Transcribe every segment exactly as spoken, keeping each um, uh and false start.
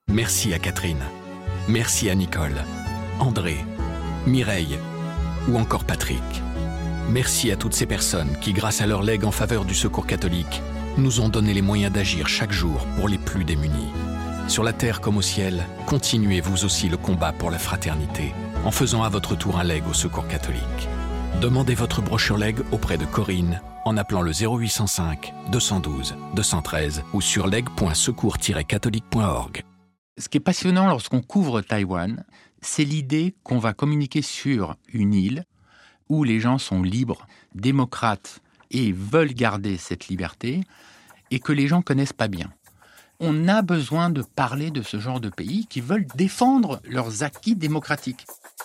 Merci à Catherine. Merci à Nicole, André, Mireille ou encore Patrick. Merci à toutes ces personnes qui, grâce à leur legs en faveur du Secours catholique, nous ont donné les moyens d'agir chaque jour pour les plus démunis. Sur la terre comme au ciel, continuez vous aussi le combat pour la fraternité en faisant à votre tour un leg au Secours catholique. Demandez votre brochure leg auprès de Corinne en appelant le zéro huit cent cinq, deux cent douze, deux cent treize ou sur leg point secours tiret catholique point org. Ce qui est passionnant lorsqu'on couvre Taïwan, c'est l'idée qu'on va communiquer sur une île où les gens sont libres, démocrates et veulent garder cette liberté et que les gens ne connaissent pas bien. On a besoin de parler de ce genre de pays qui veulent défendre leurs acquis démocratiques.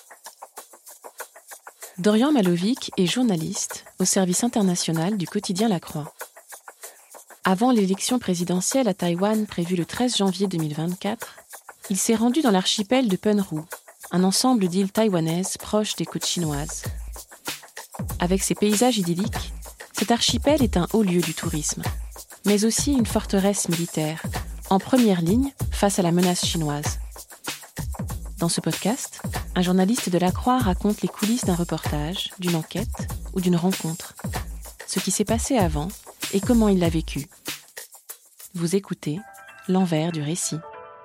Dorian Malovic est journaliste au service international du quotidien La Croix. Avant l'élection présidentielle à Taïwan prévue le treize janvier deux mille vingt-quatre, il s'est rendu dans l'archipel de Penru, un ensemble d'îles taïwanaises proches des côtes chinoises. Avec ses paysages idylliques, cet archipel est un haut lieu du tourisme, mais aussi une forteresse militaire, en première ligne face à la menace chinoise. Dans ce podcast, un journaliste de La Croix raconte les coulisses d'un reportage, d'une enquête ou d'une rencontre. Ce qui s'est passé avant et comment il l'a vécu. Vous écoutez l'envers du récit.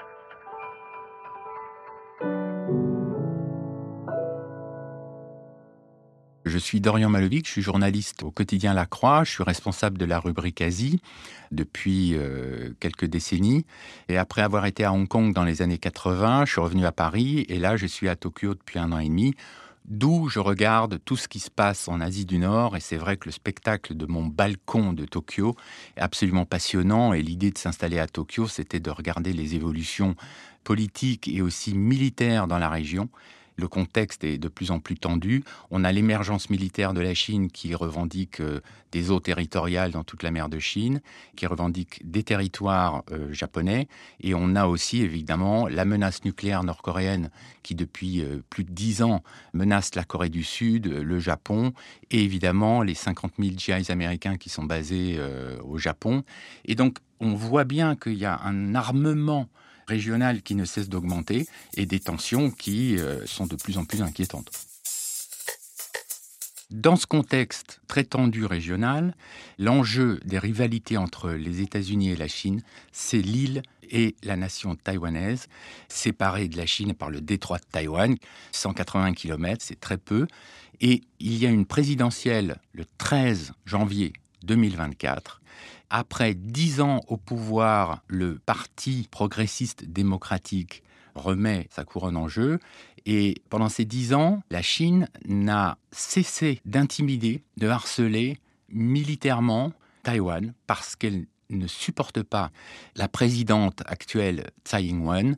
Je suis Dorian Malovic, je suis journaliste au quotidien La Croix, je suis responsable de la rubrique Asie depuis euh, quelques décennies. Et après avoir été à Hong Kong dans les années quatre-vingts, je suis revenu à Paris et là je suis à Tokyo depuis un an et demi, d'où je regarde tout ce qui se passe en Asie du Nord. Et c'est vrai que le spectacle de mon balcon de Tokyo est absolument passionnant et l'idée de s'installer à Tokyo, c'était de regarder les évolutions politiques et aussi militaires dans la région. Le contexte est de plus en plus tendu. On a l'émergence militaire de la Chine qui revendique euh, des eaux territoriales dans toute la mer de Chine, qui revendique des territoires euh, japonais. Et on a aussi évidemment la menace nucléaire nord-coréenne qui depuis euh, plus de dix ans menace la Corée du Sud, le Japon et évidemment les cinquante mille G Is américains qui sont basés euh, au Japon. Et donc on voit bien qu'il y a un armement régionales qui ne cessent d'augmenter et des tensions qui euh, sont de plus en plus inquiétantes. Dans ce contexte très tendu régional, l'enjeu des rivalités entre les États-Unis et la Chine, c'est l'île et la nation taïwanaise, séparée de la Chine par le détroit de Taïwan, cent quatre-vingts kilomètres, c'est très peu. Et il y a une présidentielle le treize janvier deux mille vingt-quatre. Après dix ans au pouvoir, le Parti progressiste démocratique remet sa couronne en jeu. Et pendant ces dix ans, la Chine n'a cessé d'intimider, de harceler militairement Taïwan parce qu'elle ne supporte pas la présidente actuelle Tsai Ing-wen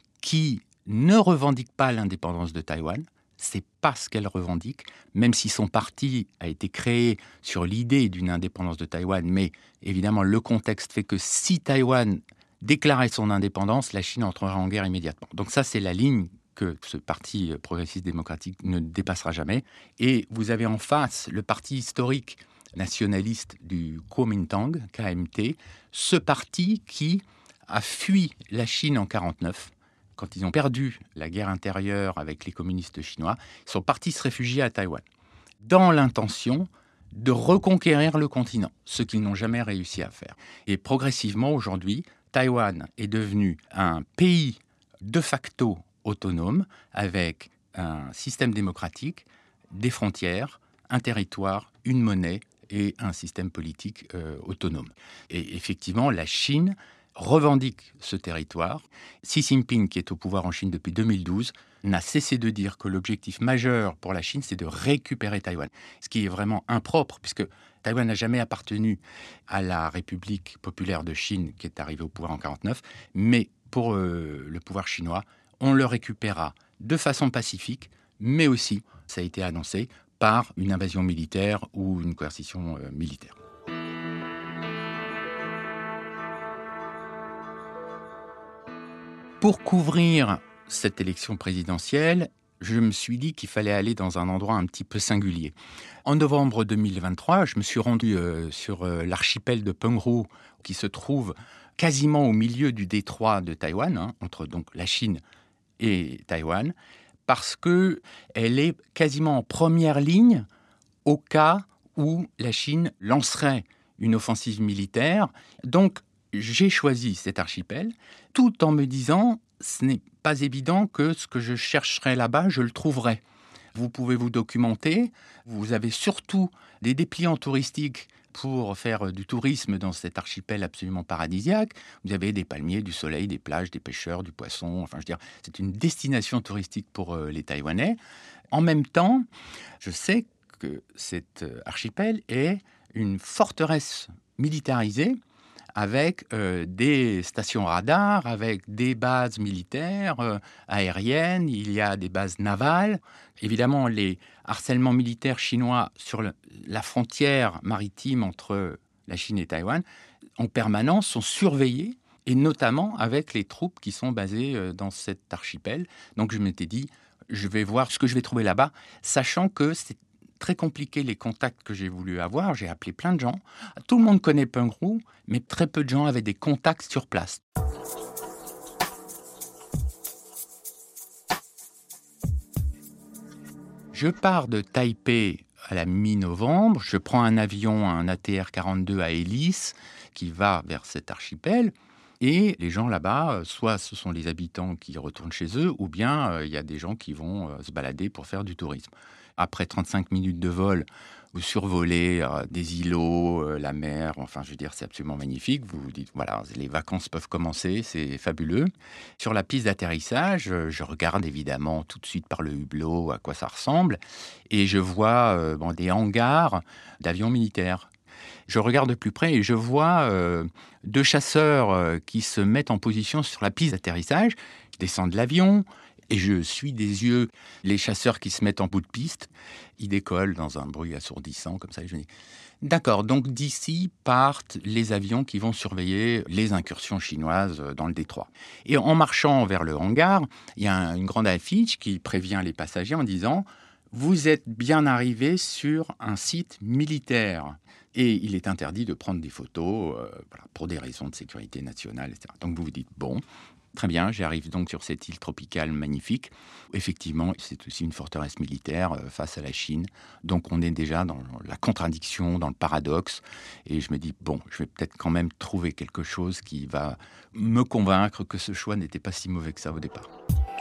qui ne revendique pas l'indépendance de Taïwan. C'est pas ce qu'elle revendique, même si son parti a été créé sur l'idée d'une indépendance de Taïwan. Mais évidemment, le contexte fait que si Taïwan déclarait son indépendance, la Chine entrera en guerre immédiatement. Donc ça, c'est la ligne que ce parti progressiste démocratique ne dépassera jamais. Et vous avez en face le parti historique nationaliste du Kuomintang, K M T, ce parti qui a fui la Chine en quarante-neuf. Quand ils ont perdu la guerre intérieure avec les communistes chinois, ils sont partis se réfugier à Taïwan, dans l'intention de reconquérir le continent, ce qu'ils n'ont jamais réussi à faire. Et progressivement, aujourd'hui, Taïwan est devenu un pays de facto autonome, avec un système démocratique, des frontières, un territoire, une monnaie et un système politique euh, autonome. Et effectivement, la Chine revendique ce territoire. Xi Jinping, qui est au pouvoir en Chine depuis deux mille douze, n'a cessé de dire que l'objectif majeur pour la Chine, c'est de récupérer Taïwan. Ce qui est vraiment impropre, puisque Taïwan n'a jamais appartenu à la République populaire de Chine, qui est arrivée au pouvoir en quarante-neuf, mais pour euh, le pouvoir chinois, on le récupérera de façon pacifique, mais aussi, ça a été annoncé, par une invasion militaire ou une coercition euh, militaire. Pour couvrir cette élection présidentielle, je me suis dit qu'il fallait aller dans un endroit un petit peu singulier. En novembre deux mille vingt-trois, je me suis rendu euh, sur euh, l'archipel de Penghu, qui se trouve quasiment au milieu du détroit de Taïwan, hein, entre donc la Chine et Taïwan, parce qu'elle est quasiment en première ligne au cas où la Chine lancerait une offensive militaire. Donc, j'ai choisi cet archipel, tout en me disant, ce n'est pas évident que ce que je chercherai là-bas, je le trouverai. Vous pouvez vous documenter, vous avez surtout des dépliants touristiques pour faire du tourisme dans cet archipel absolument paradisiaque. Vous avez des palmiers, du soleil, des plages, des pêcheurs, du poisson. Enfin, je veux dire, c'est une destination touristique pour euh, les Taïwanais. En même temps, je sais que cet archipel est une forteresse militarisée avec euh, des stations radars, avec des bases militaires, euh, aériennes, il y a des bases navales. Évidemment, les harcèlements militaires chinois sur le, la frontière maritime entre la Chine et Taïwan, en permanence, sont surveillés, et notamment avec les troupes qui sont basées euh, dans cet archipel. Donc je m'étais dit, je vais voir ce que je vais trouver là-bas, sachant que c'est très compliqué les contacts que j'ai voulu avoir. J'ai appelé plein de gens. Tout le monde connaît Penghu, mais très peu de gens avaient des contacts sur place. Je pars de Taipei à la mi-novembre. Je prends un avion, un A T R quarante-deux à hélice, qui va vers cet archipel. Et les gens là-bas, soit ce sont les habitants qui retournent chez eux, ou bien euh, il y a des gens qui vont euh, se balader pour faire du tourisme. Après trente-cinq minutes de vol, vous survolez euh, des îlots, euh, la mer, enfin je veux dire c'est absolument magnifique. Vous vous dites voilà, les vacances peuvent commencer, c'est fabuleux. Sur la piste d'atterrissage, je regarde évidemment tout de suite par le hublot à quoi ça ressemble, et je vois euh, bon, des hangars d'avions militaires. Je regarde de plus près et je vois euh, deux chasseurs euh, qui se mettent en position sur la piste d'atterrissage. Je descends de l'avion et je suis des yeux les chasseurs qui se mettent en bout de piste. Ils décollent dans un bruit assourdissant comme ça. Et je me dis, d'accord, donc d'ici partent les avions qui vont surveiller les incursions chinoises dans le détroit. Et en marchant vers le hangar, il y a un, une grande affiche qui prévient les passagers en disant « Vous êtes bien arrivés sur un site militaire ». Et il est interdit de prendre des photos euh, voilà, pour des raisons de sécurité nationale, et cetera. Donc vous vous dites, bon, très bien, j'arrive donc sur cette île tropicale magnifique. Effectivement, c'est aussi une forteresse militaire euh, face à la Chine. Donc on est déjà dans la contradiction, dans le paradoxe. Et je me dis, bon, je vais peut-être quand même trouver quelque chose qui va me convaincre que ce choix n'était pas si mauvais que ça au départ.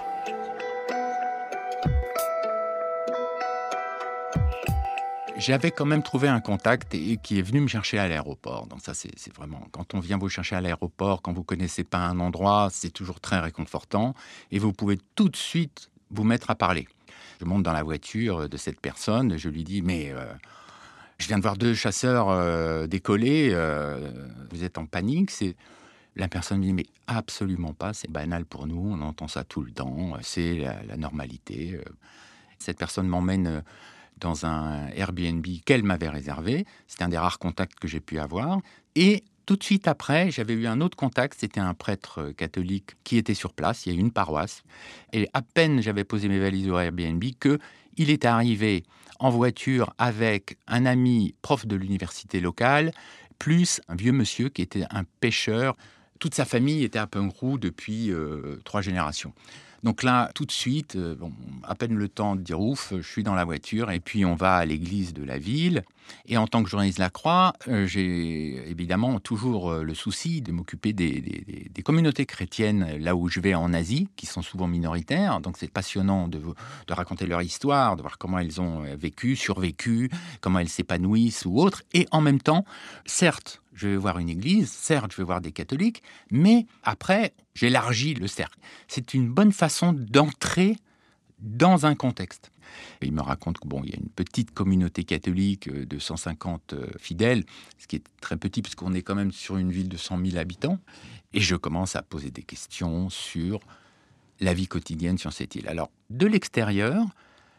J'avais quand même trouvé un contact et, et qui est venu me chercher à l'aéroport. Donc ça, c'est, c'est vraiment... Quand on vient vous chercher à l'aéroport, quand vous ne connaissez pas un endroit, c'est toujours très réconfortant. Et vous pouvez tout de suite vous mettre à parler. Je monte dans la voiture de cette personne. Je lui dis, mais euh, je viens de voir deux chasseurs euh, décoller. Euh, vous êtes en panique. C'est... La personne me dit, mais absolument pas. C'est banal pour nous. On entend ça tout le temps. C'est la, la normalité. Cette personne m'emmène dans un Airbnb qu'elle m'avait réservé. C'était un des rares contacts que j'ai pu avoir. Et tout de suite après, j'avais eu un autre contact. C'était un prêtre catholique qui était sur place. Il y a une paroisse. Et à peine j'avais posé mes valises au Airbnb qu'il est arrivé en voiture avec un ami prof de l'université locale, plus un vieux monsieur qui était un pêcheur. Toute sa famille était à Penghu depuis euh, trois générations. Donc là, tout de suite, euh, bon, à peine le temps de dire ouf, je suis dans la voiture et puis on va à l'église de la ville. Et en tant que journaliste de la Croix, euh, j'ai évidemment toujours euh, le souci de m'occuper des, des, des communautés chrétiennes là où je vais en Asie, qui sont souvent minoritaires. Donc c'est passionnant de, de raconter leur histoire, de voir comment elles ont vécu, survécu, comment elles s'épanouissent ou autres. Et en même temps, certes, je vais voir une église, certes, je vais voir des catholiques, mais après, j'élargis le cercle. C'est une bonne façon d'entrer dans un contexte. Et il me raconte qu'il bon, y a une petite communauté catholique de cent cinquante fidèles, ce qui est très petit puisqu'on est quand même sur une ville de cent mille habitants. Et je commence à poser des questions sur la vie quotidienne sur cette île. Alors, de l'extérieur,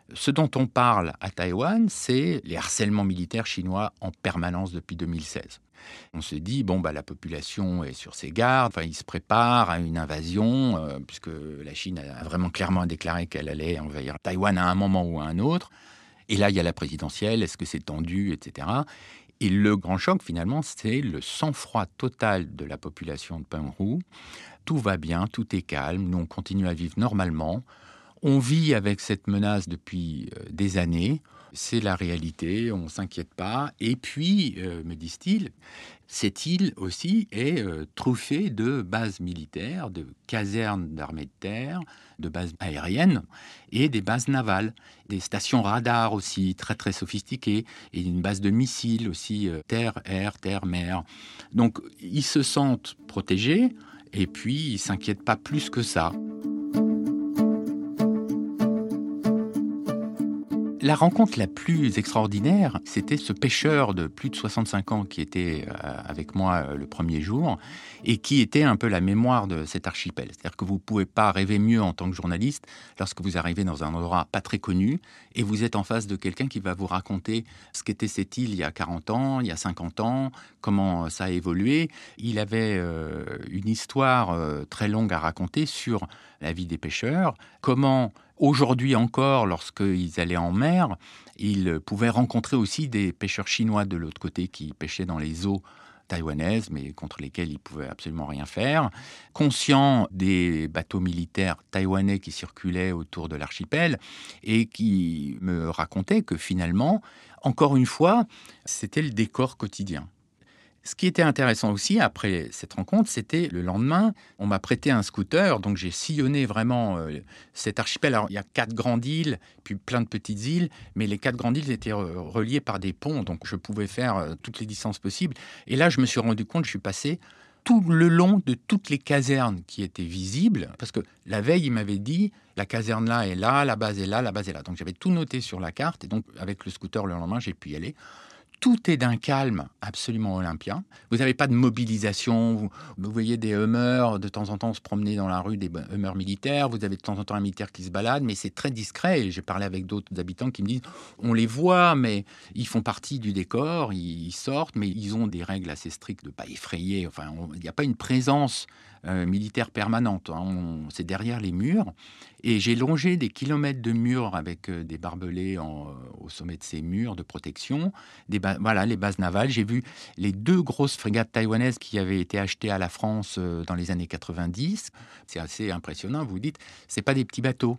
Ce dont on parle à Taïwan, c'est les harcèlements militaires chinois en permanence depuis deux mille seize. On se dit, bon, bah, la population est sur ses gardes, enfin, ils se préparent à une invasion, euh, puisque la Chine a vraiment clairement déclaré qu'elle allait envahir Taïwan à un moment ou à un autre. Et là, il y a la présidentielle, est-ce que c'est tendu, et cetera. Et le grand choc, finalement, c'est le sang-froid total de la population de Penghu. Tout va bien, tout est calme, nous on continue à vivre normalement. On vit avec cette menace depuis euh, des années. C'est la réalité, on ne s'inquiète pas. Et puis, euh, me disent-ils, cette île aussi est euh, truffée de bases militaires, de casernes d'armée de terre, de bases aériennes et des bases navales. Des stations radars aussi, très très sophistiquées, et une base de missiles aussi, euh, terre-air, terre-mer. Donc, ils se sentent protégés et puis ils ne s'inquiètent pas plus que ça. La rencontre la plus extraordinaire, c'était ce pêcheur de plus de soixante-cinq ans qui était avec moi le premier jour et qui était un peu la mémoire de cet archipel. C'est-à-dire que vous ne pouvez pas rêver mieux en tant que journaliste lorsque vous arrivez dans un endroit pas très connu et vous êtes en face de quelqu'un qui va vous raconter ce qu'était cette île il y a quarante ans, il y a cinquante ans, comment ça a évolué. Il avait euh, une histoire euh, très longue à raconter sur la vie des pêcheurs, comment aujourd'hui encore, lorsqu'ils allaient en mer, ils pouvaient rencontrer aussi des pêcheurs chinois de l'autre côté qui pêchaient dans les eaux taïwanaises, mais contre lesquels ils ne pouvaient absolument rien faire. Conscients des bateaux militaires taïwanais qui circulaient autour de l'archipel et qui me racontaient que finalement, encore une fois, c'était le décor quotidien. Ce qui était intéressant aussi, après cette rencontre, c'était le lendemain, on m'a prêté un scooter, donc j'ai sillonné vraiment euh, cet archipel. Alors, il y a quatre grandes îles, puis plein de petites îles, mais les quatre grandes îles étaient euh, reliées par des ponts, donc je pouvais faire euh, toutes les distances possibles. Et là, je me suis rendu compte, je suis passé tout le long de toutes les casernes qui étaient visibles, parce que la veille, il m'avait dit, la caserne là est là, la base est là, la base est là. Donc j'avais tout noté sur la carte, et donc avec le scooter le lendemain, j'ai pu y aller. Tout est d'un calme absolument olympien. Vous n'avez pas de mobilisation. Vous, vous voyez des Hummers de temps en temps se promener dans la rue, des Hummers militaires. Vous avez de temps en temps un militaire qui se balade, mais c'est très discret. Et j'ai parlé avec d'autres habitants qui me disent on les voit, mais ils font partie du décor, ils sortent, mais ils ont des règles assez strictes de ne pas effrayer. Enfin, il n'y a pas une présence euh, militaire permanente. Hein. On, c'est derrière les murs. Et j'ai longé des kilomètres de murs avec euh, des barbelés en, euh, au sommet de ces murs de protection. Des ba- voilà, les bases navales. J'ai vu les deux grosses frégates taïwanaises qui avaient été achetées à la France euh, dans les années quatre-vingt-dix. C'est assez impressionnant. Vous vous dites, c'est pas des petits bateaux.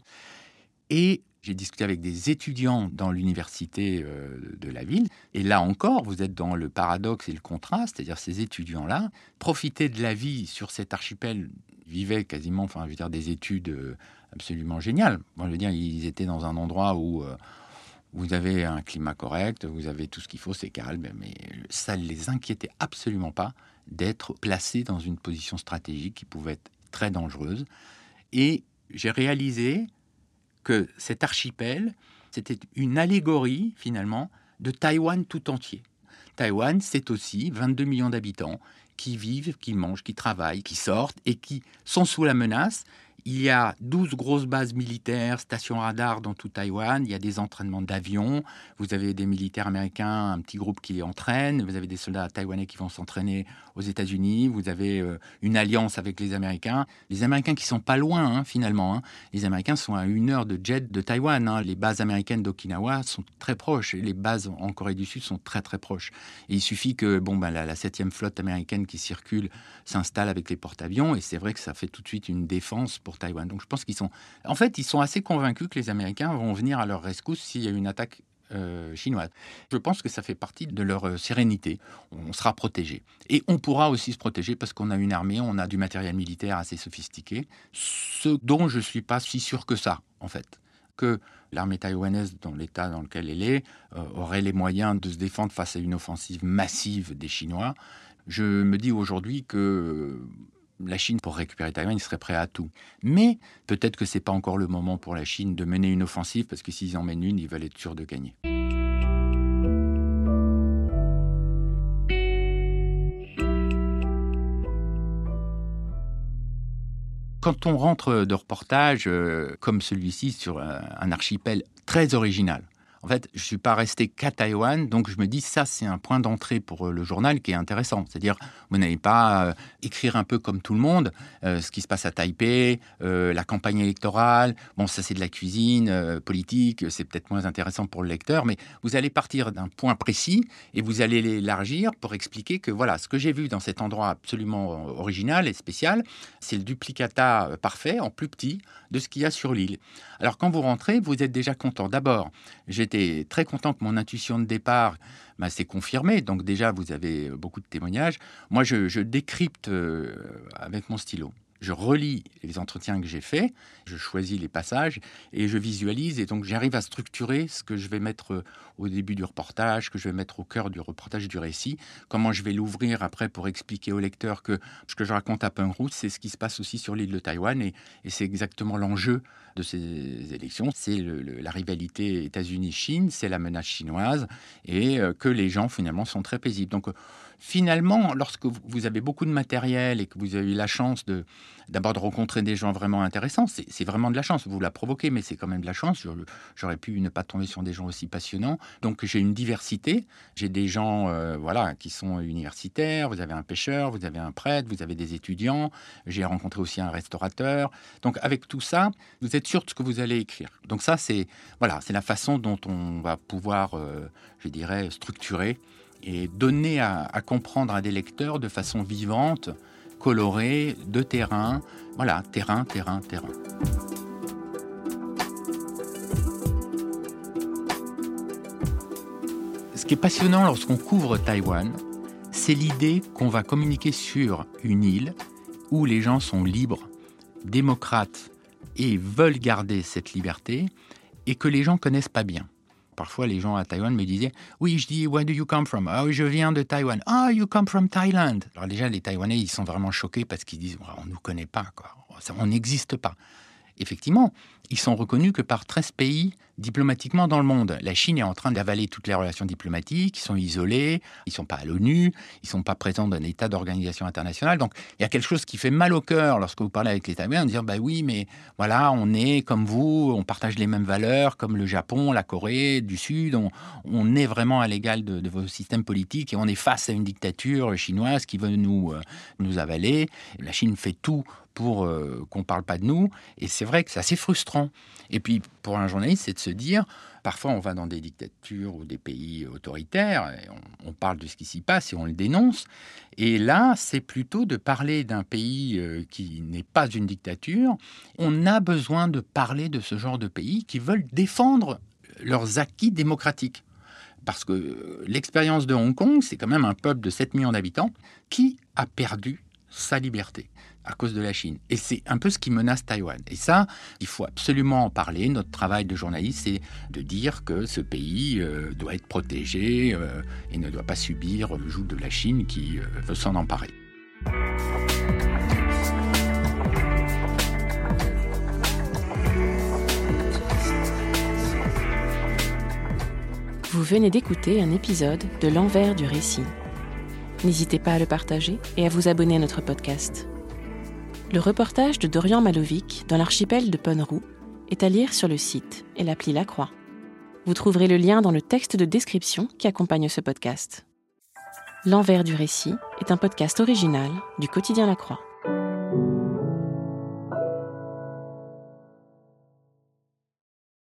Et j'ai discuté avec des étudiants dans l'université euh, de la ville. Et là encore, vous êtes dans le paradoxe et le contraste. C'est-à-dire ces étudiants-là profitaient de la vie sur cet archipel, vivaient quasiment, enfin, je veux dire, des études euh, absolument géniales. Bon, je veux dire, ils étaient dans un endroit où euh, vous avez un climat correct, vous avez tout ce qu'il faut, c'est calme, mais ça ne les inquiétait absolument pas d'être placés dans une position stratégique qui pouvait être très dangereuse. Et j'ai réalisé que cet archipel, c'était une allégorie, finalement, de Taïwan tout entier. Taïwan, c'est aussi vingt-deux millions d'habitants qui vivent, qui mangent, qui travaillent, qui sortent et qui sont sous la menace. Il y a douze grosses bases militaires, stations radars dans tout Taïwan. Il y a des entraînements d'avions. Vous avez des militaires américains, un petit groupe qui les entraîne. Vous avez des soldats taïwanais qui vont s'entraîner aux États-Unis. Vous avez euh, une alliance avec les Américains. Les Américains qui sont pas loin, hein, finalement. Hein. Les Américains sont à une heure de jet de Taïwan. Hein. Les bases américaines d'Okinawa sont très proches. Et les bases en Corée du Sud sont très, très proches. Et il suffit que bon, ben, la, la septième flotte américaine qui circule s'installe avec les porte-avions. Et c'est vrai que ça fait tout de suite une défense pour Taïwan. Donc je pense qu'ils sont... En fait, ils sont assez convaincus que les Américains vont venir à leur rescousse s'il y a une attaque euh, chinoise. Je pense que ça fait partie de leur euh, sérénité. On sera protégé. Et on pourra aussi se protéger parce qu'on a une armée, on a du matériel militaire assez sophistiqué. Ce dont je ne suis pas si sûr que ça, en fait. Que l'armée taïwanaise, dans l'état dans lequel elle est, euh, aurait les moyens de se défendre face à une offensive massive des Chinois. Je me dis aujourd'hui que... Euh, la Chine, pour récupérer Taïwan, ils seraient prêts à tout. Mais peut-être que ce n'est pas encore le moment pour la Chine de mener une offensive, parce que s'ils en mènent une, ils veulent être sûrs de gagner. Quand on rentre de reportage euh, comme celui-ci sur un, un archipel très original. En fait, je ne suis pas resté qu'à Taïwan, donc je me dis ça, c'est un point d'entrée pour le journal qui est intéressant. C'est-à-dire, vous n'allez pas euh, écrire un peu comme tout le monde, euh, ce qui se passe à Taipei, euh, la campagne électorale. Bon, ça, c'est de la cuisine euh, politique, c'est peut-être moins intéressant pour le lecteur, mais vous allez partir d'un point précis et vous allez l'élargir pour expliquer que voilà, ce que j'ai vu dans cet endroit absolument original et spécial, c'est le duplicata parfait, en plus petit, de ce qu'il y a sur l'île. Alors, quand vous rentrez, vous êtes déjà content. D'abord, j'ai J'étais très content que mon intuition de départ bah, s'est confirmée. Donc déjà, vous avez beaucoup de témoignages. Moi, je, je décrypte euh, avec mon stylo. Je relis les entretiens que j'ai faits, je choisis les passages et je visualise. Et donc, j'arrive à structurer ce que je vais mettre au début du reportage, que je vais mettre au cœur du reportage, du récit. Comment je vais l'ouvrir après pour expliquer au lecteur que ce que je raconte à Peng Ru, c'est ce qui se passe aussi sur l'île de Taïwan. Et, et c'est exactement l'enjeu de ces élections. C'est le, le, la rivalité États-Unis-Chine, c'est la menace chinoise et euh, que les gens, finalement, sont très paisibles. Donc, euh, finalement, lorsque vous avez beaucoup de matériel et que vous avez eu la chance de, d'abord de rencontrer des gens vraiment intéressants, c'est, c'est vraiment de la chance. Vous la provoquez, mais c'est quand même de la chance. J'aurais pu ne pas tomber sur des gens aussi passionnants. Donc, j'ai une diversité. J'ai des gens euh, voilà, qui sont universitaires. Vous avez un pêcheur, vous avez un prêtre, vous avez des étudiants. J'ai rencontré aussi un restaurateur. Donc, avec tout ça, vous êtes sûr de ce que vous allez écrire. Donc ça, c'est, voilà, c'est la façon dont on va pouvoir, euh, je dirais, structurer et donner à, à comprendre à des lecteurs de façon vivante, colorée, de terrain. Voilà, terrain, terrain, terrain. Ce qui est passionnant lorsqu'on couvre Taïwan, c'est l'idée qu'on va communiquer sur une île où les gens sont libres, démocrates et veulent garder cette liberté et que les gens connaissent pas bien. Parfois, les gens à Taïwan me disaient « Oui, je dis, where do you come from ?»« Ah oui, je viens de Taïwan. »« Ah, you come from Thailand. » Alors déjà, les Taïwanais, ils sont vraiment choqués parce qu'ils disent « On ne nous connaît pas, quoi. On n'existe pas. » Effectivement, ils sont reconnus que par treize pays diplomatiquement dans le monde. La Chine est en train d'avaler toutes les relations diplomatiques, ils sont isolés, ils ne sont pas à l'ONU, ils ne sont pas présents dans des tas d'organisations internationales. Donc, il y a quelque chose qui fait mal au cœur lorsque vous parlez avec les Taïwanais en disant bah « oui, mais voilà, on est comme vous, on partage les mêmes valeurs, comme le Japon, la Corée du Sud, on, on est vraiment à l'égal de, de vos systèmes politiques et on est face à une dictature chinoise qui veut nous, euh, nous avaler. La Chine fait tout pour euh, qu'on ne parle pas de nous. Et c'est vrai que c'est assez frustrant. Et puis, pour un journaliste, c'est de se dire, parfois on va dans des dictatures ou des pays autoritaires, et on, on parle de ce qui s'y passe et on le dénonce. Et là, c'est plutôt de parler d'un pays euh, qui n'est pas une dictature. On a besoin de parler de ce genre de pays qui veulent défendre leurs acquis démocratiques. Parce que l'expérience de Hong Kong, c'est quand même un peuple de sept millions d'habitants qui a perdu sa liberté à cause de la Chine. Et c'est un peu ce qui menace Taïwan. Et ça, il faut absolument en parler. Notre travail de journaliste, c'est de dire que ce pays euh, doit être protégé euh, et ne doit pas subir le joug de la Chine qui euh, veut s'en emparer. Vous venez d'écouter un épisode de L'Envers du récit. N'hésitez pas à le partager et à vous abonner à notre podcast. Le reportage de Dorian Malovic dans l'archipel de Peng Ru est à lire sur le site et l'appli La Croix. Vous trouverez le lien dans le texte de description qui accompagne ce podcast. L'Envers du récit est un podcast original du quotidien La Croix.